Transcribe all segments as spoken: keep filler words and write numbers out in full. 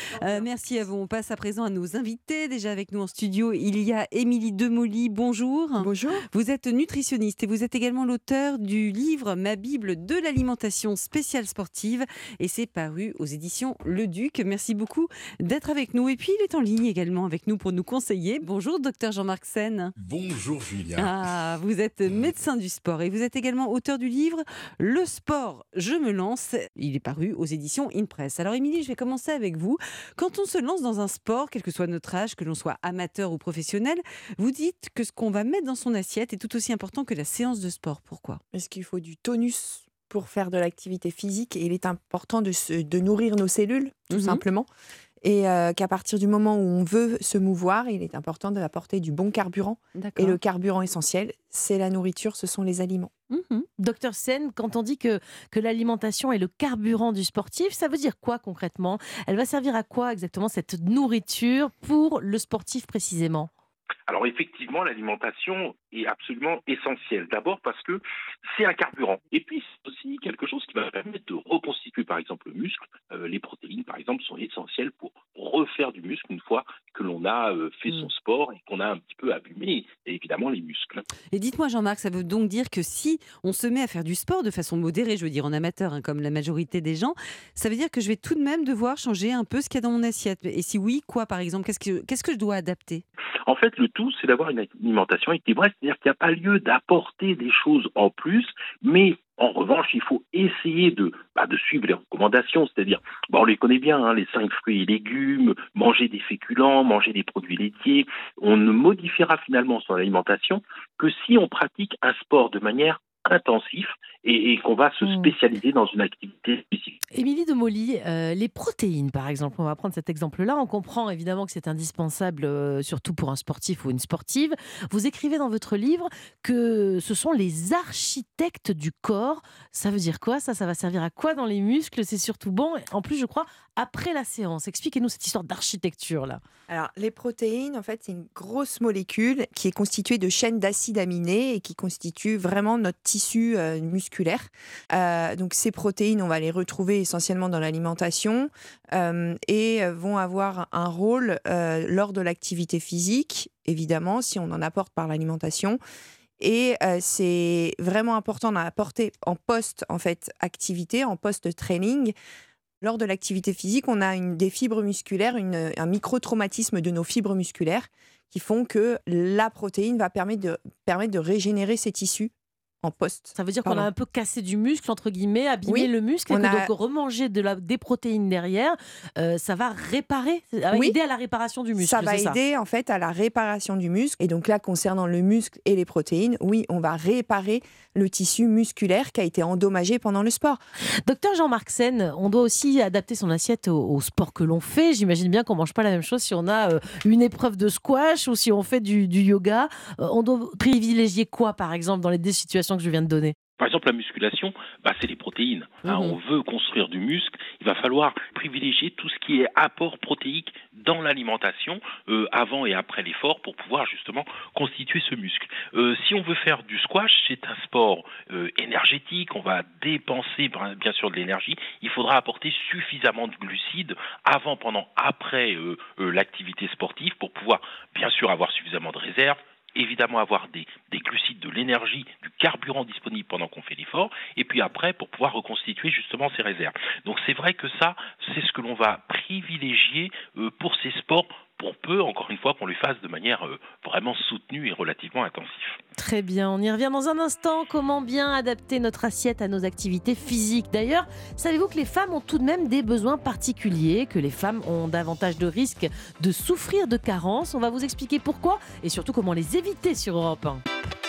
Euh, merci à vous. On passe à présent à nos invités. Déjà avec nous en studio, il y a Émilie Demolly. Bonjour. Bonjour. Vous êtes nutritionniste et vous êtes également l'auteur du livre Ma Bible de l'alimentation spéciale sportive. Et c'est paru aux éditions Le Duc. Merci beaucoup d'être avec nous. Et puis il est en ligne également avec nous pour nous conseiller. Bonjour, docteur Jean-Marc Sen. Bonjour Julien. Ah, vous êtes médecin du sport et vous êtes également auteur du livre Le sport, je me lance. Il est paru aux éditions InPress. Alors Émilie, je vais commencer avec vous. Quand on se lance dans un sport, quel que soit notre âge, que l'on soit amateur ou professionnel, vous dites que ce qu'on va mettre dans son assiette est tout aussi important que la séance de sport. Pourquoi ? Est-ce qu'il faut du tonus pour faire de l'activité physique et il est important de, se, de nourrir nos cellules, tout Mhm. simplement. Et euh, qu'à partir du moment où on veut se mouvoir, il est important d'apporter du bon carburant. Et D'accord. le carburant essentiel, c'est la nourriture, ce sont les aliments. Mhm. Docteur Sen, quand on dit que, que l'alimentation est le carburant du sportif, ça veut dire quoi concrètement ? Elle va servir à quoi exactement cette nourriture pour le sportif précisément ? Alors effectivement, l'alimentation est absolument essentielle. D'abord parce que c'est un carburant. Et puis c'est aussi quelque chose qui va permettre de reconstituer par exemple le muscle. Euh, les protéines par exemple sont essentielles pour refaire du muscle une fois que l'on a euh, fait Mm. son sport et qu'on a un petit peu abîmé et évidemment les muscles. Et dites-moi Jean-Marc, ça veut donc dire que si on se met à faire du sport de façon modérée, je veux dire en amateur, hein, comme la majorité des gens, ça veut dire que je vais tout de même devoir changer un peu ce qu'il y a dans mon assiette. Et si oui, quoi par exemple ? Qu'est-ce que, qu'est-ce que je dois adapter ? En fait, le tout, c'est d'avoir une alimentation équilibrée, c'est-à-dire qu'il n'y a pas lieu d'apporter des choses en plus, mais en revanche, il faut essayer de, bah, de suivre les recommandations, c'est-à-dire, bah, on les connaît bien, hein, les cinq fruits et légumes, manger des féculents, manger des produits laitiers. On ne modifiera finalement son alimentation que si on pratique un sport de manière intensive et, et qu'on va se Hmm. spécialiser dans une activité spécifique. Émilie Demolly, euh, les protéines par exemple, on va prendre cet exemple-là, on comprend évidemment que c'est indispensable, euh, surtout pour un sportif ou une sportive. Vous écrivez dans votre livre que ce sont les architectes du corps. Ça veut dire quoi ça Ça va servir à quoi dans les muscles ? C'est surtout bon, en plus je crois, après la séance. Expliquez-nous cette histoire d'architecture là. Alors, les protéines, en fait, c'est une grosse molécule qui est constituée de chaînes d'acides aminés et qui constitue vraiment notre tissu euh, musculaire. Euh, donc, ces protéines, on va les retrouver essentiellement dans l'alimentation euh, et euh, vont avoir un rôle euh, lors de l'activité physique, évidemment, si on en apporte par l'alimentation. Et euh, c'est vraiment important d'en apporter en post, en fait, activité, en post-training. Lors de l'activité physique, on a une, des fibres musculaires, une, un micro-traumatisme de nos fibres musculaires qui font que la protéine va permettre de, permettre de régénérer ces tissus en post. Ça veut dire qu'on a Pardon. un peu cassé du muscle, entre guillemets, abîmé Oui, le muscle, et on que a- donc remanger de la, des protéines derrière, euh, ça va réparer, ça va Oui. aider à la réparation du muscle. Ça va c'est ça. aider en fait à la réparation du muscle. Et donc là, concernant le muscle et les protéines, oui, on va réparer le tissu musculaire qui a été endommagé pendant le sport. Docteur Jean-Marc Sen, on doit aussi adapter son assiette au, au sport que l'on fait. J'imagine bien qu'on mange pas la même chose si on a euh, une épreuve de squash ou si on fait du, du yoga. Euh, on doit privilégier quoi, par exemple, dans les deux situations que je viens de donner ? Par exemple, la musculation, bah, c'est les protéines. Hein. Mhm. On veut construire du muscle, il va falloir privilégier tout ce qui est apport protéique dans l'alimentation, euh, avant et après l'effort, pour pouvoir justement constituer ce muscle. Euh, si on veut faire du squash, c'est un sport euh, énergétique, on va dépenser bien sûr de l'énergie, il faudra apporter suffisamment de glucides avant, pendant, après euh, euh, l'activité sportive pour pouvoir bien sûr avoir suffisamment de réserves, évidemment avoir des, des glucides, de l'énergie, du carburant disponible pendant qu'on fait l'effort, et puis après pour pouvoir reconstituer justement ces réserves. Donc c'est vrai que ça, c'est ce que l'on va privilégier euh, pour ces sports, pour peu, encore une fois, qu'on les fasse de manière euh, vraiment soutenue et relativement intensive. Très bien, on y revient dans un instant. Comment bien adapter notre assiette à nos activités physiques ? D'ailleurs, savez-vous que les femmes ont tout de même des besoins particuliers, que les femmes ont davantage de risques de souffrir de carences ? On va vous expliquer pourquoi et surtout comment les éviter sur Europe un.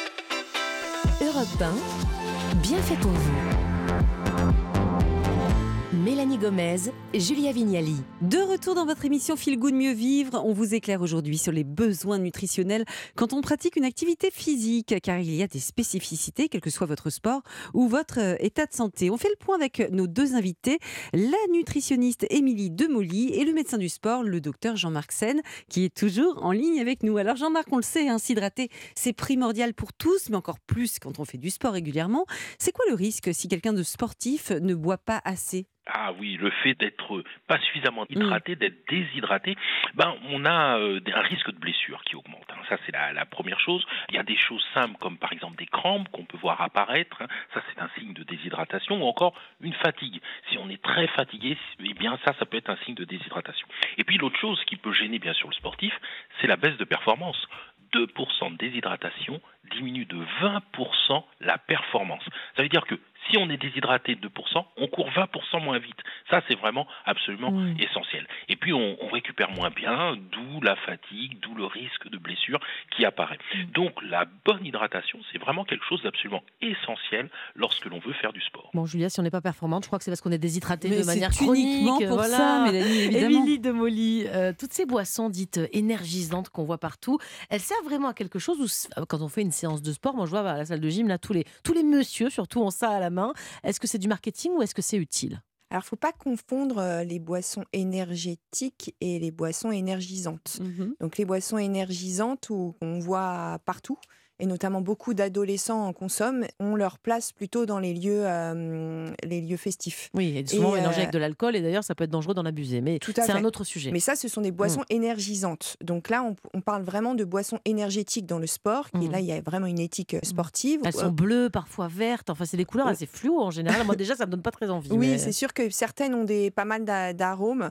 Europe un, bien fait pour vous. Mélanie Gomez, Julia Vignali. De retour dans votre émission Feel Good Mieux Vivre, on vous éclaire aujourd'hui sur les besoins nutritionnels quand on pratique une activité physique, car il y a des spécificités, quel que soit votre sport ou votre euh, état de santé. On fait le point avec nos deux invités, la nutritionniste Émilie Demolly et le médecin du sport, le docteur Jean-Marc Sen, qui est toujours en ligne avec nous. Alors Jean-Marc, on le sait, hein, s'hydrater, c'est primordial pour tous, mais encore plus quand on fait du sport régulièrement. C'est quoi le risque si quelqu'un de sportif ne boit pas assez ? Ah oui, le fait d'être pas suffisamment hydraté, mmh. d'être déshydraté, ben on a euh, un risque de blessure qui augmente. Hein. Ça c'est la, la première chose. Il y a des choses simples comme par exemple des crampes qu'on peut voir apparaître. Hein. Ça c'est un signe de déshydratation ou encore une fatigue. Si on est très fatigué, eh bien ça, ça peut être un signe de déshydratation. Et puis l'autre chose qui peut gêner bien sûr le sportif, c'est la baisse de performance. deux pour cent de déshydratation diminue de vingt pour cent la performance. Ça veut dire que si on est déshydraté de deux pour cent, on court vingt pour cent moins vite. Ça, c'est vraiment absolument mmh. essentiel. Et puis, on, on récupère moins bien, d'où la fatigue, d'où le risque de blessure qui apparaît. Mmh. Donc, la bonne hydratation, c'est vraiment quelque chose d'absolument essentiel lorsque l'on veut faire du sport. Bon, Julia, si on n'est pas performante, je crois que c'est parce qu'on est déshydraté Mais de manière c'est chronique. uniquement pour voilà. ça, Mélanie, évidemment. Émilie de Molly, euh, toutes ces boissons dites énergisantes qu'on voit partout, elles servent vraiment à quelque chose ou quand on fait une séance de sport, moi je vois à la salle de gym, là, tous les, tous les messieurs, surtout, ont ça à la main. Est-ce que c'est du marketing ou est-ce que c'est utile ? Alors, il ne faut pas confondre les boissons énergétiques et les boissons énergisantes. Mmh. Donc, les boissons énergisantes, où on voit partout, et notamment beaucoup d'adolescents en consomment, ont leur place plutôt dans les lieux, euh, les lieux festifs. Oui, et souvent et mélangés euh, avec de l'alcool, et d'ailleurs, ça peut être dangereux d'en abuser, mais c'est fait. un autre sujet. Mais ça, ce sont des boissons mmh. énergisantes. Donc là, on, on parle vraiment de boissons énergétiques dans le sport, et mmh. là, il y a vraiment une éthique sportive. Elles sont bleues, parfois vertes, enfin, c'est des couleurs assez floues en général. Moi, déjà, ça ne me donne pas très envie. Oui, mais... c'est sûr que certaines ont des, pas mal d'arômes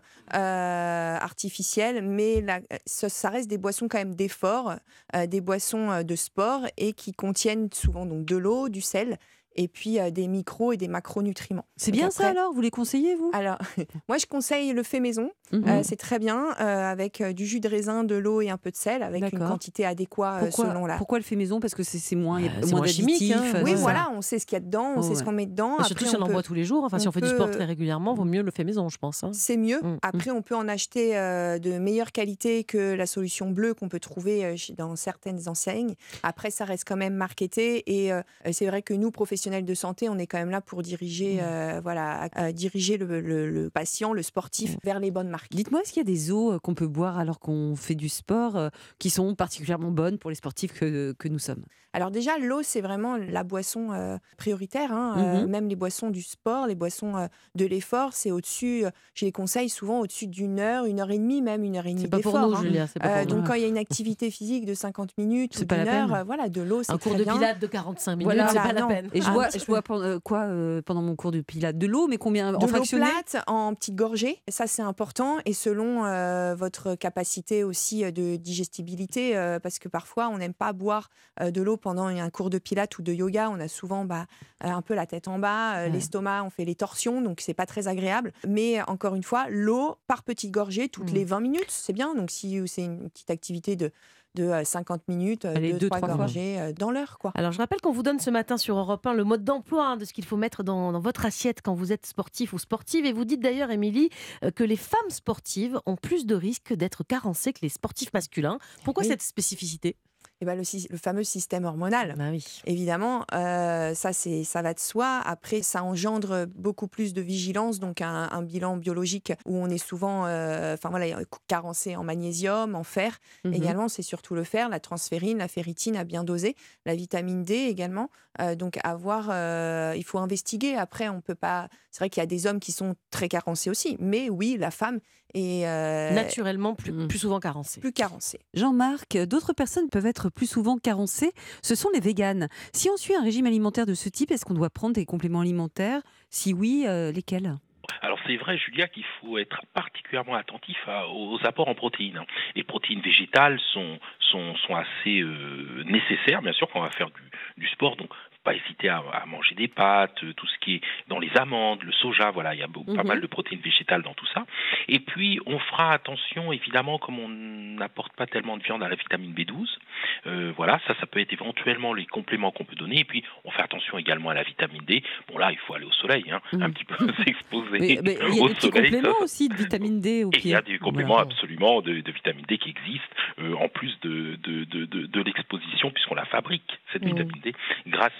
euh, artificiels, mais là, ça, ça reste des boissons quand même d'effort, euh, des boissons de sport, et qui contiennent tiennent souvent donc de l'eau, du sel et puis euh, des micros et des macronutriments. C'est bien après, ça alors ? Vous les conseillez, vous ? Alors, moi je conseille le fait maison. Mmh. Euh, c'est très bien, euh, avec euh, du jus de raisin, de l'eau et un peu de sel, avec D'accord. une quantité adéquate euh, selon la... Pourquoi le fait maison ? Parce que c'est moins, il y a euh, moins d'additifs. Hein, oui, voilà, on sait ce qu'il y a dedans, on oh, sait ouais. ce qu'on met dedans. Après, surtout si on, on en boit tous les jours, enfin si on fait peut... du sport très régulièrement, vaut mieux le fait maison, je pense. Hein. C'est mieux. Mmh. Après, on peut en acheter euh, de meilleure qualité que la solution bleue qu'on peut trouver euh, dans certaines enseignes. Après, ça reste quand même marketé et euh, c'est vrai que nous, professionnels de santé, on est quand même là pour diriger, euh, voilà, euh, diriger le, le, le patient, le sportif, mmh. vers les bonnes marques. Dites-moi, est-ce qu'il y a des eaux qu'on peut boire alors qu'on fait du sport euh, qui sont particulièrement bonnes pour les sportifs que, que nous sommes ? Alors déjà, l'eau, c'est vraiment la boisson euh, prioritaire. Hein, mmh. euh, même les boissons du sport, les boissons euh, de l'effort, c'est au-dessus, euh, je les conseille souvent au-dessus d'une heure, une heure et demie, même une heure et demie d'effort. C'est pas pour nous, hein. Julia, c'est pas pour euh, nous. Donc quand il y a une activité physique de cinquante minutes ou d'une heure, euh, voilà, de l'eau, c'est très bien. Un cours de pilates de quarante-cinq minutes, voilà, c'est là, pas non. la peine. Et je vois, je vois pendant, quoi euh, pendant mon cours de pilates ? De l'eau, mais combien ? En de fractionné ? l'eau plate, en petites gorgées. Ça, c'est important. Et selon euh, votre capacité aussi de digestibilité, euh, parce que parfois, on n'aime pas boire euh, de l'eau pendant un cours de pilates ou de yoga. On a souvent bah, un peu la tête en bas, euh, ouais. l'estomac, on fait les torsions, donc c'est pas très agréable. Mais encore une fois, l'eau par petites gorgées toutes mmh. les vingt minutes, c'est bien. Donc si c'est une petite activité de de cinquante minutes, Allez, deux, deux, trois, trois gorgées euh, dans l'heure. Quoi. Alors, je rappelle qu'on vous donne ce matin sur Europe un le mode d'emploi hein, de ce qu'il faut mettre dans, dans votre assiette quand vous êtes sportif ou sportive. Et vous dites d'ailleurs, Émilie, euh, que les femmes sportives ont plus de risques d'être carencées que les sportifs masculins. Pourquoi oui. cette spécificité ? Eh ben, le, le fameux système hormonal. Bah oui. Évidemment, euh, ça, c'est, ça va de soi. Après, ça engendre beaucoup plus de vigilance, donc un, un bilan biologique où on est souvent euh, enfin, voilà, carencé en magnésium, en fer. Mm-hmm. Également, c'est surtout le fer, la transférine, la ferritine à bien doser, la vitamine D également. Euh, donc, avoir, euh, il faut investiguer. Après, on peut pas. C'est vrai qu'il y a des hommes qui sont très carencés aussi, mais oui, la femme est euh, naturellement plus, mm. plus souvent carencée. Plus carencée. Jean-Marc, d'autres personnes peuvent être plus souvent carencées. Ce sont les véganes. Si on suit un régime alimentaire de ce type, est-ce qu'on doit prendre des compléments alimentaires ? Si oui, euh, lesquels ? Alors c'est vrai, Julia, qu'il faut être particulièrement attentif à, aux apports en protéines. Les protéines végétales sont, sont, sont assez euh, nécessaires, bien sûr, quand on va faire du, du sport. Donc pas hésiter à, à manger des pâtes, tout ce qui est dans les amandes, le soja, voilà, il y a beaucoup, mmh. pas mal de protéines végétales dans tout ça. Et puis, on fera attention, évidemment, comme on n'apporte pas tellement de viande à la vitamine B douze, euh, voilà, ça, ça peut être éventuellement les compléments qu'on peut donner. Et puis, on fait attention également à la vitamine D. Bon, là, il faut aller au soleil, hein, mmh. un petit peu s'exposer mais, mais, au soleil. Il y a des petits compléments ça, aussi de vitamine D au pied. Il y a des compléments voilà. absolument de, de vitamine D qui existent, euh, en plus de, de, de, de, de l'exposition, puisqu'on la fabrique, cette mmh. vitamine D, grâce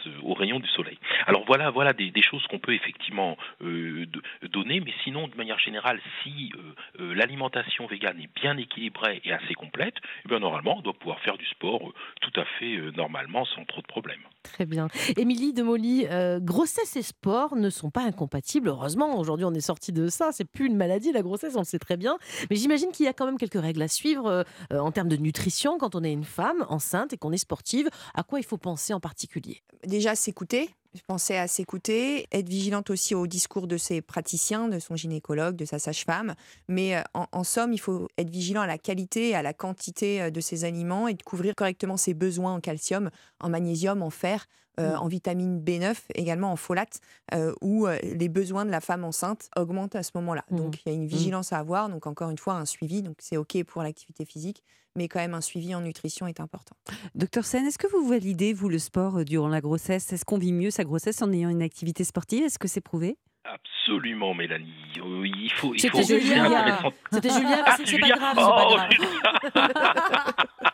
aux rayons du soleil. Alors voilà, voilà des, des choses qu'on peut effectivement euh, de, donner, mais sinon, de manière générale, si euh, euh, l'alimentation végane est bien équilibrée et assez complète, eh bien, normalement, on doit pouvoir faire du sport euh, tout à fait euh, normalement, sans trop de problèmes. Très bien. Émilie de Molly, euh, grossesse et sport ne sont pas incompatibles. Heureusement, aujourd'hui, on est sorti de ça. C'est plus une maladie, la grossesse, on le sait très bien. Mais j'imagine qu'il y a quand même quelques règles à suivre euh, en termes de nutrition quand on est une femme enceinte et qu'on est sportive. À quoi il faut penser en particulier ? Déjà, s'écouter. Penser à s'écouter, être vigilante aussi au discours de ses praticiens, de son gynécologue, de sa sage-femme. Mais en, en somme, il faut être vigilant à la qualité et à la quantité de ses aliments et de couvrir correctement ses besoins en calcium, en magnésium, en fer, euh, en vitamine B neuf, également en folate, euh, où euh, les besoins de la femme enceinte augmentent à ce moment-là. Mmh. Donc, il y a une vigilance à avoir. Donc, encore une fois, un suivi. Donc, c'est OK pour l'activité physique, mais quand même un suivi en nutrition est important. Docteur Sen, est-ce que vous validez, vous, le sport durant la grossesse ? Est-ce qu'on vit mieux sa grossesse en ayant une activité sportive ? Est-ce que c'est prouvé ? Absolument, Mélanie. Oui, il faut. Il C'était faut Julia. C'était Julia, ah, c'est, c'est c'est Julia. pas grave. Oh, c'est pas grave.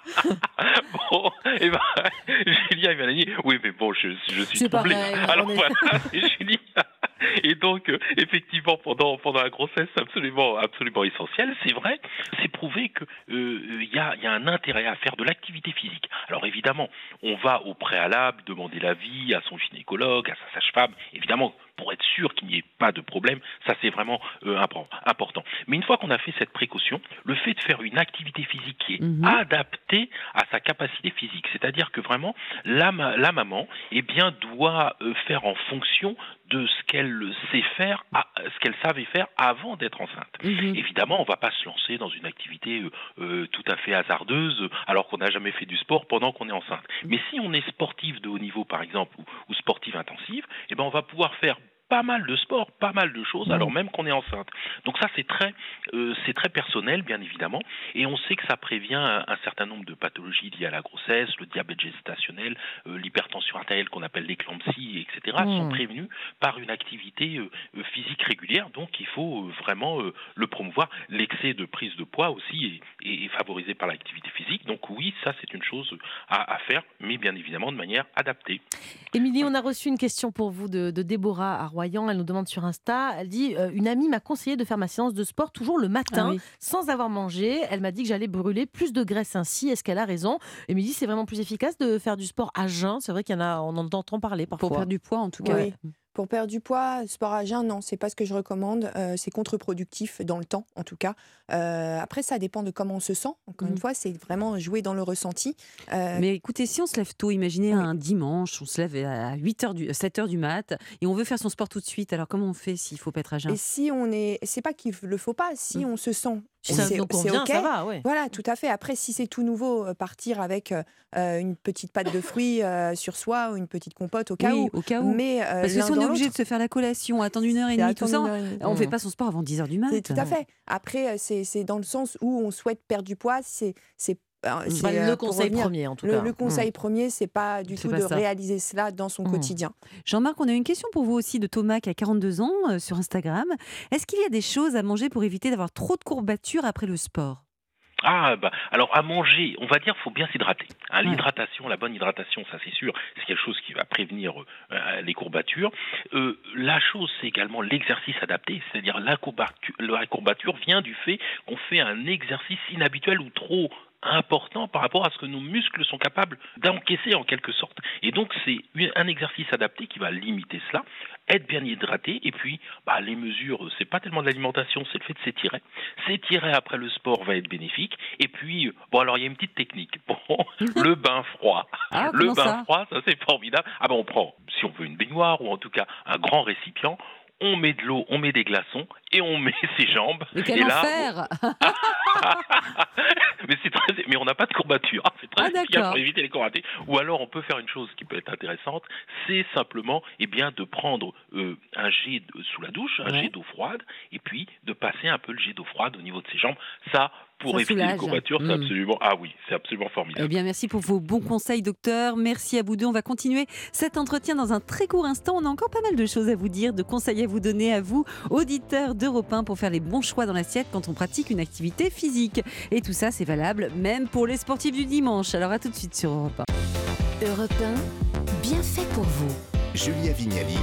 Bon, et ben, Julia et Mélanie. Oui, mais bon, je, je suis c'est troublé. Pareil, Alors est... voilà, c'est Julia. Et donc, euh, effectivement, pendant, pendant la grossesse, c'est absolument, absolument essentiel. C'est vrai, c'est prouvé qu'il euh, y, a, y a un intérêt à faire de l'activité physique. Alors évidemment, on va au préalable demander l'avis à son gynécologue, à sa sage-femme, évidemment, pour être sûr qu'il n'y ait pas de problème. Ça, c'est vraiment euh, important. Mais une fois qu'on a fait cette précaution, le fait de faire une activité physique qui est mmh. adaptée à sa capacité physique, c'est-à-dire que vraiment, la, la maman eh bien, doit euh, faire en fonction de ce qu'elle sait faire, ce qu'elle savait faire avant d'être enceinte. Mmh. Évidemment, on ne va pas se lancer dans une activité euh, tout à fait hasardeuse alors qu'on n'a jamais fait du sport pendant qu'on est enceinte. Mmh. Mais si on est sportif de haut niveau, par exemple, ou, ou sportive intensive, eh ben, on va pouvoir faire pas mal de sport, pas mal de choses, alors même qu'on est enceinte. Donc ça, c'est très, euh, c'est très personnel, bien évidemment, et on sait que ça prévient un, un certain nombre de pathologies liées à la grossesse, le diabète gestationnel, euh, l'hypertension artérielle qu'on appelle l'éclampsie, et cetera, mmh. sont prévenus par une activité euh, physique régulière, donc il faut euh, vraiment euh, le promouvoir. L'excès de prise de poids aussi est, est, est favorisé par l'activité physique, donc oui, ça c'est une chose à, à faire, mais bien évidemment de manière adaptée. Émilie, on a reçu une question pour vous de, de Déborah à Royan. Elle nous demande sur Insta, elle dit euh, une amie m'a conseillé de faire ma séance de sport toujours le matin, ah oui. sans avoir mangé. Elle m'a dit que j'allais brûler plus de graisse ainsi. Est-ce qu'elle a raison ? Émilie, c'est vraiment plus efficace de faire du sport à jeun ? C'est vrai qu'il y en a, on en entend parler parfois. Pour perdre du poids, en tout cas. Oui. Pour perdre du poids, sport à jeun, non, c'est pas ce que je recommande. Euh, c'est contre-productif dans le temps, en tout cas. Euh, après, ça dépend de comment on se sent. Encore mmh. une fois, c'est vraiment jouer dans le ressenti. Euh... Mais écoutez, si on se lève tôt, imaginez oui. un dimanche, on se lève à huit heures du, sept heures du mat et on veut faire son sport tout de suite. Alors comment on fait s'il faut pas être à jeun ? Et si on est, c'est pas qu'il le faut pas. Si mmh. on se sent ça c'est, nous convient, okay. ça va, ouais. Voilà, tout à fait. Après, si c'est tout nouveau, euh, partir avec euh, une petite pâte de fruits euh, sur soi ou une petite compote au cas oui, où. au cas où. Mais, euh, parce que si on est obligé de se faire la collation, attendre une heure et demie, tout ça, on ne fait pas son sport avant dix heures du mat. C'est tout à fait. Après, c'est, c'est dans le sens où on souhaite perdre du poids, c'est... c'est C'est pas le conseil revenir, premier en tout le, cas. Le conseil mmh. premier, c'est pas du c'est tout pas de ça. réaliser cela dans son mmh. quotidien. Jean-Marc, on a une question pour vous aussi de Thomas qui a quarante-deux ans euh, sur Instagram. Est-ce qu'il y a des choses à manger pour éviter d'avoir trop de courbatures après le sport ? Ah, bah, alors à manger, on va dire, faut bien s'hydrater. Hein, ouais. L'hydratation, la bonne hydratation, ça c'est sûr, c'est quelque chose qui va prévenir euh, les courbatures. Euh, la chose, c'est également l'exercice adapté, c'est-à-dire la courbature, la courbature vient du fait qu'on fait un exercice inhabituel ou trop important par rapport à ce que nos muscles sont capables d'encaisser en quelque sorte. Et donc c'est un exercice adapté qui va limiter cela, être bien hydraté, et puis bah, les mesures, c'est pas tellement de l'alimentation, c'est le fait de s'étirer. S'étirer après le sport va être bénéfique, et puis, bon alors il y a une petite technique, bon, le bain froid. Ah, le bain ça froid, ça c'est formidable. Ah ben on prend, si on veut une baignoire, ou en tout cas un grand récipient, on met de l'eau, on met des glaçons, et on met ses jambes. Mais quel et enfer là, mais, c'est très, mais on n'a pas de courbature, c'est très ah, efficace pour éviter les courbatures. Ou alors on peut faire une chose qui peut être intéressante, c'est simplement eh bien, de prendre euh, un jet de, sous la douche, un ouais. jet d'eau froide, et puis de passer un peu le jet d'eau froide au niveau de ses jambes. Ça, pour Ça éviter soulage. les courbatures, c'est mmh. absolument, ah oui, c'est absolument formidable. Eh bien, merci pour vos bons conseils, docteur. Merci à vous deux. On va continuer cet entretien dans un très court instant. On a encore pas mal de choses à vous dire, de conseils à vous donner à vous, auditeurs d'Europe un, pour faire les bons choix dans l'assiette quand on pratique une activité physique. Et tout ça, c'est valable même pour les sportifs du dimanche. Alors à tout de suite sur Europe un. Europe un, bien fait pour vous. Julia Vignali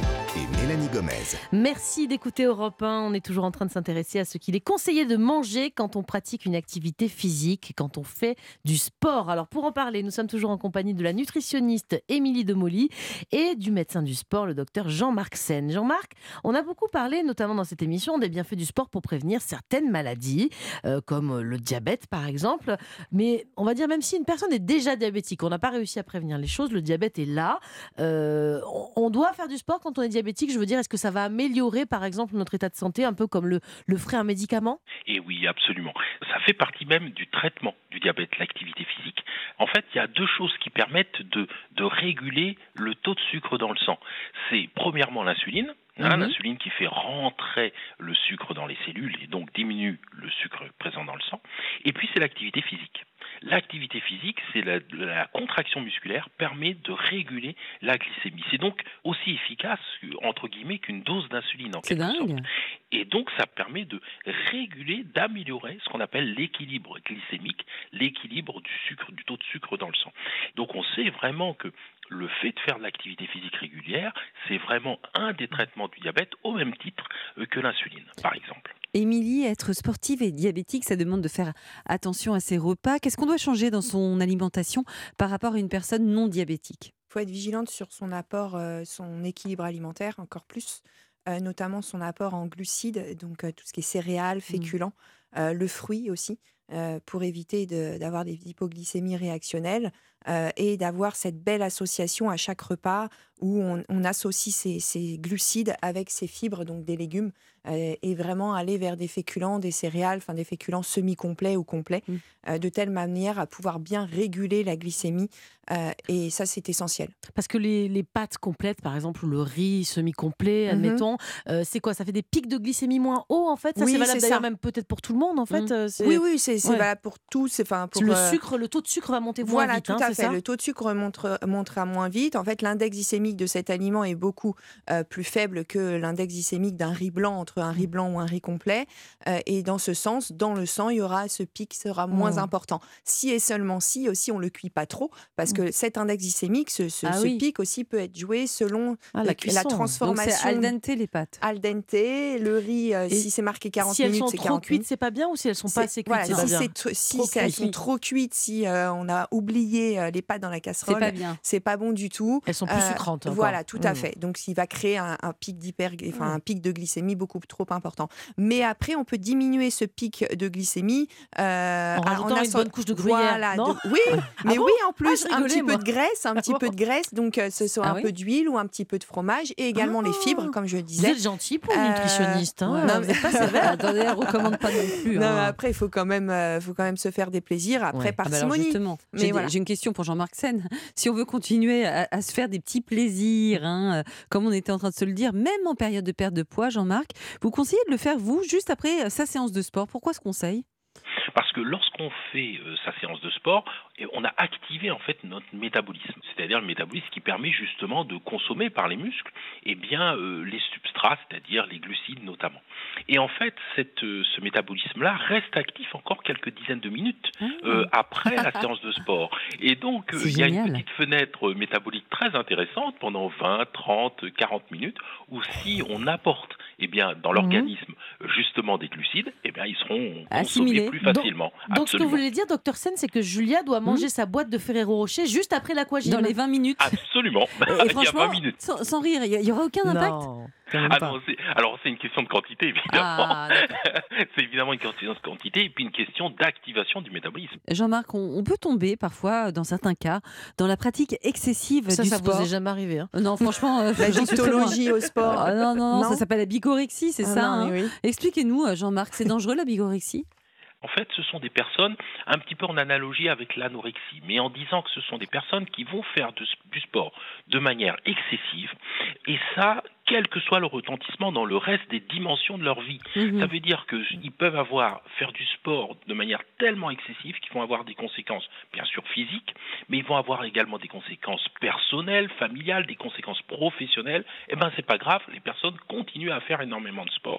et Mélanie Gomez. Merci d'écouter Europe un. On est toujours en train de s'intéresser à ce qu'il est conseillé de manger quand on pratique une activité physique, quand on fait du sport. Alors pour en parler, nous sommes toujours en compagnie de la nutritionniste Émilie Demolly et du médecin du sport, le docteur Jean-Marc Sen. Jean-Marc, on a beaucoup parlé, notamment dans cette émission, des bienfaits du sport pour prévenir certaines maladies, euh, comme le diabète par exemple. Mais on va dire, même si une personne est déjà diabétique, on n'a pas réussi à prévenir les choses, le diabète est là. Euh, on doit faire du sport quand on est diabétique. Je veux dire, est-ce que ça va améliorer, par exemple, notre état de santé, un peu comme le, le ferait un médicament ? Et oui, absolument. Ça fait partie même du traitement du diabète, l'activité physique. En fait, il y a deux choses qui permettent de, de réguler le taux de sucre dans le sang. C'est premièrement l'insuline. Hein, mmh. L'insuline qui fait rentrer le sucre dans les cellules et donc diminue le sucre présent dans le sang. Et puis, c'est l'activité physique. L'activité physique, c'est la, la contraction musculaire, permet de réguler la glycémie. C'est donc aussi efficace, entre guillemets, qu'une dose d'insuline en quelque sorte. Et donc, ça permet de réguler, d'améliorer ce qu'on appelle l'équilibre glycémique, l'équilibre du sucre, du taux de sucre dans le sang. Donc, on sait vraiment que le fait de faire de l'activité physique régulière, c'est vraiment un des traitements du diabète au même titre que l'insuline, par exemple. Émilie, être sportive et diabétique, ça demande de faire attention à ses repas. Qu'est-ce qu'on doit changer dans son alimentation par rapport à une personne non diabétique ? Il faut être vigilante sur son apport, euh, son équilibre alimentaire encore plus, euh, notamment son apport en glucides, donc euh, tout ce qui est céréales, féculents, mmh. euh, le fruit aussi, euh, pour éviter de, d'avoir des hypoglycémies réactionnelles euh, et d'avoir cette belle association à chaque repas où on, on associe ces, ces glucides avec ces fibres, donc des légumes, euh, et vraiment aller vers des féculents, des céréales, enfin des féculents semi-complets ou complets, mmh. euh, de telle manière à pouvoir bien réguler la glycémie. Euh, et ça, c'est essentiel. Parce que les, les pâtes complètes, par exemple, le riz semi-complet, admettons, mmh. euh, c'est quoi ? Ça fait des pics de glycémie moins hauts, en fait ? Ça, oui, c'est valable c'est d'ailleurs ça. Même peut-être pour tout le monde, en fait. Mmh. C'est... Oui, oui, c'est, c'est ouais. valable pour tout. C'est, pour, le, sucre, le taux de sucre va monter moins voilà, vite. Voilà, tout hein, à c'est fait. Ça le taux de sucre montre, montera moins vite. En fait, l'index glycémique de cet aliment est beaucoup euh, plus faible que l'index glycémique d'un riz blanc, entre un riz blanc ou un riz complet. Euh, et dans ce sens, dans le sang, il y aura ce pic sera moins mmh. important. Si et seulement si, aussi, on ne le cuit pas trop, parce que mmh. cet index glycémique, ce, ce, ah, ce oui. pic aussi peut être joué selon ah, la, la transformation. Donc c'est al dente les pâtes. Al dente, le riz, euh, si c'est marqué quarante si minutes, c'est quarante minutes. Si elles sont trop cuites, c'est pas bien, ou si elles sont pas assez cuites, voilà, c'est si pas bien. C'est t- si c'est, elles sont trop cuites, si euh, on a oublié euh, les pâtes dans la casserole, c'est pas bien. C'est pas bon du tout. Elles sont plus euh, sucrantes. Encore. Voilà, tout mmh. à fait. Donc, il va créer un, un pic d'hyper, enfin mmh. un pic de glycémie beaucoup trop important. Mais après, on peut diminuer ce pic de glycémie euh, en rajoutant en une bonne couche de gruyère. Voilà, non de... oui, mais ah bon oui, en plus, ah, rigolais, un petit moi. peu de graisse, un petit ah peu de graisse, donc euh, ce soit ah, un oui. peu d'huile ou un petit peu de fromage, et également ah. les fibres, comme je disais. Vous êtes gentil pour une nutritionniste. Hein, ouais. Non, vous n'êtes pas sévère. Attendez, elle ne recommande pas non plus. Non, hein. mais après, il faut quand même, euh, faut quand même se faire des plaisirs. Après, ouais. parcimonie. Ah bah alors justement, mais j'ai, voilà. j'ai une question pour Jean-Marc Sen. Si on veut continuer à, à se faire des petits plaisirs, hein, comme on était en train de se le dire, même en période de perte de poids, Jean-Marc, vous conseillez de le faire, vous, juste après sa séance de sport. Pourquoi ce conseil ? Parce que lorsqu'on fait euh, sa séance de sport, on a activé en fait notre métabolisme, c'est-à-dire le métabolisme qui permet justement de consommer par les muscles eh bien, euh, les substrats, c'est-à-dire les glucides notamment. Et en fait, cette, euh, ce métabolisme-là reste actif encore quelques dizaines de minutes euh, après la séance de sport. Et donc, euh, il y a une petite fenêtre métabolique très intéressante pendant vingt, trente, quarante minutes où si on apporte eh bien, dans l'organisme mmh. justement des glucides, eh bien, ils seront consommés plus facilement. Donc, donc ce que vous voulez dire, docteur Sen, c'est que Julia doit manger mmh. sa boîte de Ferrero Rocher juste après l'aquagym. Dans les vingt minutes. Absolument. Et franchement, il y a vingt minutes. Sans, sans rire, il n'y aura aucun impact. Non. Ah non, c'est, alors c'est une question de quantité évidemment. Ah, c'est évidemment une question de quantité et puis une question d'activation du métabolisme. Jean-Marc, on, on peut tomber parfois, dans certains cas, dans la pratique excessive ça, du ça sport. Ça vous est jamais arrivé hein. Non, franchement, euh, la gynécologie au sport. Ah, non, non, non, ça s'appelle la bigorexie, c'est ah, ça. Non, hein. oui. Expliquez-nous, Jean-Marc, c'est dangereux la bigorexie ? En fait, ce sont des personnes un petit peu en analogie avec l'anorexie, mais en disant que ce sont des personnes qui vont faire de, du sport de manière excessive, et ça, quel que soit le retentissement dans le reste des dimensions de leur vie. Mmh. Ça veut dire qu'ils peuvent avoir, faire du sport de manière tellement excessive qu'ils vont avoir des conséquences, bien sûr physiques, mais ils vont avoir également des conséquences personnelles, familiales, des conséquences professionnelles. Eh bien, c'est pas grave, les personnes continuent à faire énormément de sport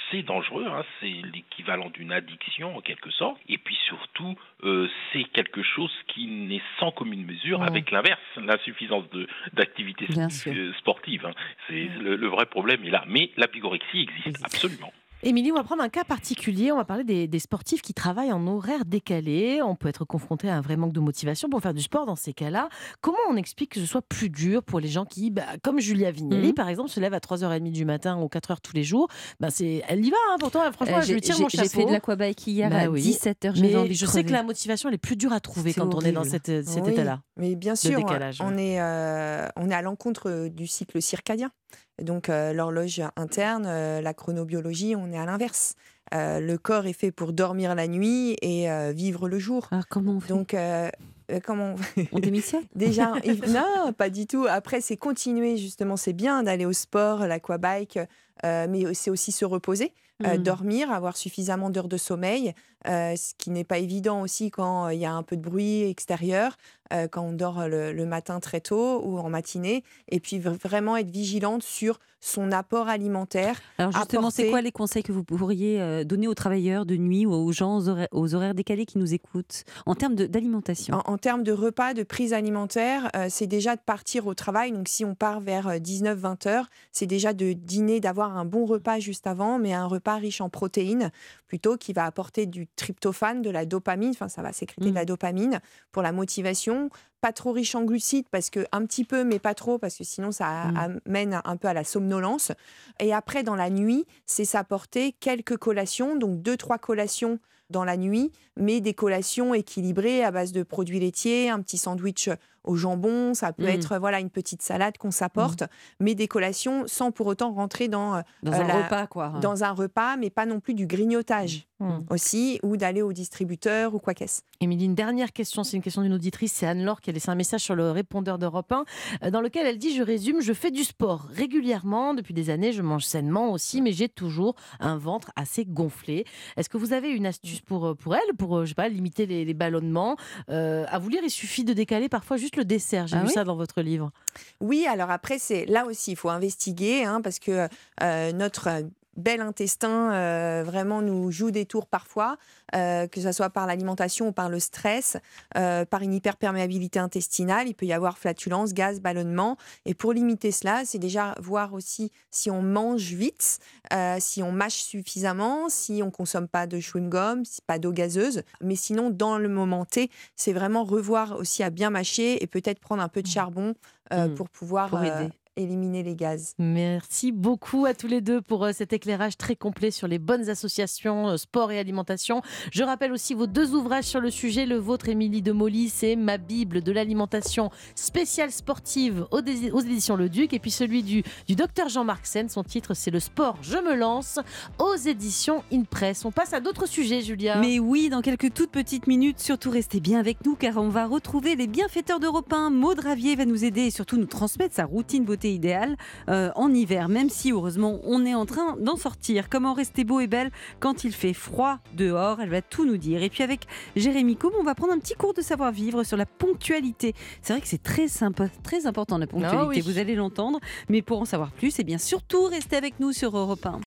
c'est dangereux, hein, c'est l'équivalent d'une addiction en quelque sorte. Et puis surtout, euh, c'est quelque chose qui n'est sans commune mesure Ouais. avec l'inverse, l'insuffisance de, d'activité Bien sp- sûr. euh, sportive. Hein. C'est, le, le vrai problème est là. Mais la bigorexie existe, Existe. absolument. Émilie, on va prendre un cas particulier. On va parler des, des sportifs qui travaillent en horaire décalé. On peut être confronté à un vrai manque de motivation pour faire du sport dans ces cas-là. Comment on explique que ce soit plus dur pour les gens qui, bah, comme Julia Vignali, Mhm. par exemple, se lèvent à trois heures trente du matin ou quatre heures tous les jours. Bah, c'est, elle y va, hein, pourtant, franchement, Euh, je j'ai lui tire j'ai- mon j'ai chapeau. fait de l'aquabike hier Bah à oui. dix-sept heures. J'avais Mais envie de je sais que crever. la motivation, elle est plus dure à trouver C'est quand on est dans horrible. cette- cet Oui, état-là. mais bien sûr, décalage, on ouais. est, euh, on est à l'encontre euh, du cycle circadien. Donc euh, l'horloge interne, euh, la chronobiologie, on est à l'inverse. Euh, le corps est fait pour dormir la nuit et euh, vivre le jour. Alors, comment on fait Donc euh, euh, comment on- On démissionne Déjà, il- non, pas du tout. Après, c'est continuer, justement. C'est bien d'aller au sport, l'aquabike, euh, mais c'est aussi se reposer, euh, Mhm. dormir, avoir suffisamment d'heures de sommeil, euh, ce qui n'est pas évident aussi quand euh, il y a un peu de bruit extérieur, euh, quand on dort le, le matin très tôt ou en matinée. Et puis v- vraiment être vigilante sur son apport alimentaire. Alors justement, c'est apporter- quoi les conseils que vous pourriez euh, donner aux travailleurs de nuit ou aux gens aux horaires, aux horaires décalés qui nous écoutent en termes de- d'alimentation? En, en termes de repas, de prise alimentaire, euh, c'est déjà de partir au travail. Donc, si on part vers dix-neuf vingt heures, c'est déjà de dîner, d'avoir un bon repas juste avant, mais un repas riche en protéines, plutôt qui va apporter du tryptophane, de la dopamine. Enfin, ça va sécréter Mm. de la dopamine pour la motivation. Pas trop riche en glucides, parce que un petit peu, mais pas trop, parce que sinon, ça Mm. amène un peu à la somnolence. Et après, dans la nuit, c'est s'apporter quelques collations, donc deux, trois collations dans la nuit, mais des collations équilibrées à base de produits laitiers, un petit sandwich au jambon, ça peut Mm. être voilà une petite salade qu'on s'apporte, mais des collations sans pour autant rentrer dans, euh, Dans euh, un la- repas, quoi. dans un repas, mais pas non plus du grignotage Mm. aussi, ou d'aller au distributeur ou quoi qu'est-ce. Émilie, une dernière question, c'est une question d'une auditrice, c'est Anne-Laure qui a laissé un message sur le répondeur d'Europe un, euh, dans lequel elle dit, je résume, je fais du sport régulièrement, depuis des années, je mange sainement aussi, mais j'ai toujours un ventre assez gonflé. Est-ce que vous avez une astuce pour, euh, pour elle, pour, euh, je sais pas, limiter les, les ballonnements? Euh, À vous lire, il suffit de décaler parfois juste le dessert, j'ai Ah vu oui ça dans votre livre. Oui, alors après, c'est là aussi, il faut investiguer, hein, parce que euh, notre euh, bel intestin euh, vraiment nous joue des tours parfois, euh, que ce soit par l'alimentation ou par le stress, euh, par une hyperperméabilité intestinale. Il peut y avoir flatulence, gaz, ballonnement. Et pour limiter cela, c'est déjà voir aussi si on mange vite, euh, si on mâche suffisamment, si on consomme pas de chewing-gum, si pas d'eau gazeuse. Mais sinon, dans le moment T, c'est vraiment revoir aussi à bien mâcher et peut-être prendre un peu de charbon euh, Mmh. pour pouvoir Pour euh, aider. éliminer les gaz. Merci beaucoup à tous les deux pour euh, cet éclairage très complet sur les bonnes associations euh, sport et alimentation. Je rappelle aussi vos deux ouvrages sur le sujet. Le vôtre, Émilie de Moly, c'est Ma Bible de l'alimentation spéciale sportive aux, dé- aux éditions Le Duc. Et puis celui du, du docteur Jean-Marc Sen, son titre c'est Le sport, je me lance aux éditions InPress. On passe à d'autres sujets, Julia. Mais oui, dans quelques toutes petites minutes, surtout restez bien avec nous car on va retrouver les bienfaiteurs d'Europe un. Maud Ravier va nous aider et surtout nous transmettre sa routine beauté idéale euh, en hiver, même si heureusement on est en train d'en sortir. Comment rester beau et belle quand il fait froid dehors? Elle va tout nous dire. Et puis avec Jérémy Combe, on va prendre un petit cours de savoir-vivre sur la ponctualité. C'est vrai que c'est très sympa, très important la ponctualité, Ah oui. vous allez l'entendre. Mais pour en savoir plus, et bien surtout restez avec nous sur Europe un.